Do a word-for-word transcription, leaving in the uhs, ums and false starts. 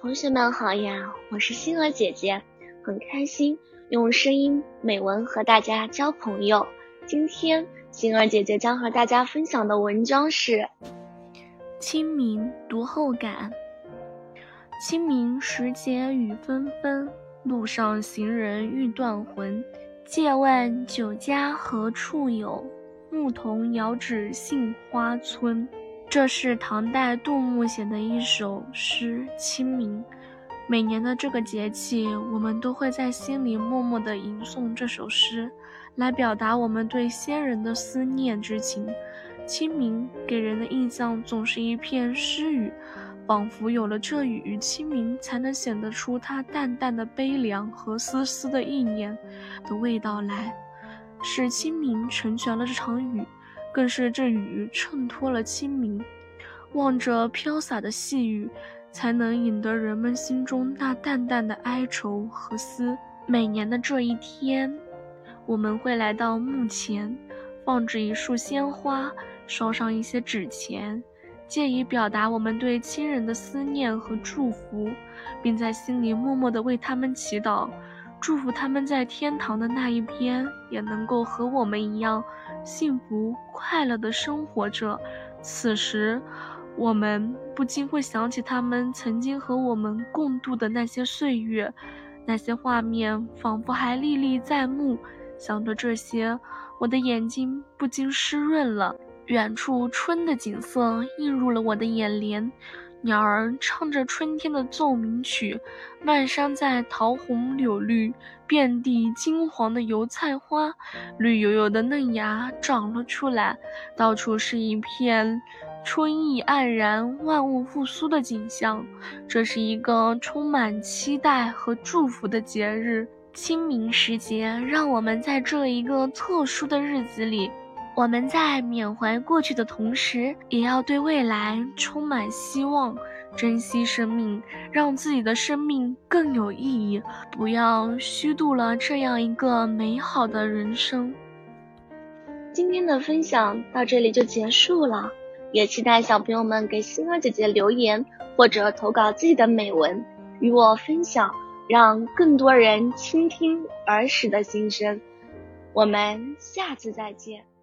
同学们好呀，我是星儿姐姐，很开心用声音美文和大家交朋友。今天星儿姐姐将和大家分享的文章是清明读后感。清明时节雨纷纷，路上行人欲断魂。借问酒家何处有？牧童遥指杏花村。这是唐代杜牧写的一首诗《清明》。每年的这个节气，我们都会在心里默默地吟诵这首诗，来表达我们对先人的思念之情。清明给人的印象总是一片诗雨，仿佛有了这雨，清明才能显得出它淡淡的悲凉和丝丝的意念的味道来。是清明成全了这场雨，更是这雨衬托了清明。望着飘洒的细雨，才能引得人们心中那淡淡的哀愁和思。每年的这一天，我们会来到墓前，放置一束鲜花，烧上一些纸钱，借以表达我们对亲人的思念和祝福，并在心里默默地为他们祈祷，祝福他们在天堂的那一边也能够和我们一样幸福快乐地生活着。此时我们不禁会想起他们曾经和我们共度的那些岁月，那些画面仿佛还历历在目。想着这些，我的眼睛不禁湿润了。远处春的景色映入了我的眼帘，鸟儿唱着春天的奏鸣曲，漫山在桃红柳绿，遍地金黄的油菜花，绿油油的嫩芽长了出来，到处是一片春意盎然，万物复苏的景象。这是一个充满期待和祝福的节日。清明时节，让我们在这一个特殊的日子里，我们在缅怀过去的同时，也要对未来充满希望，珍惜生命，让自己的生命更有意义，不要虚度了这样一个美好的人生。 今天的分享到这里就结束了，也期待小朋友们给星儿姐姐留言或者投稿自己的美文与我分享，让更多人倾听儿时的心声。我们下次再见。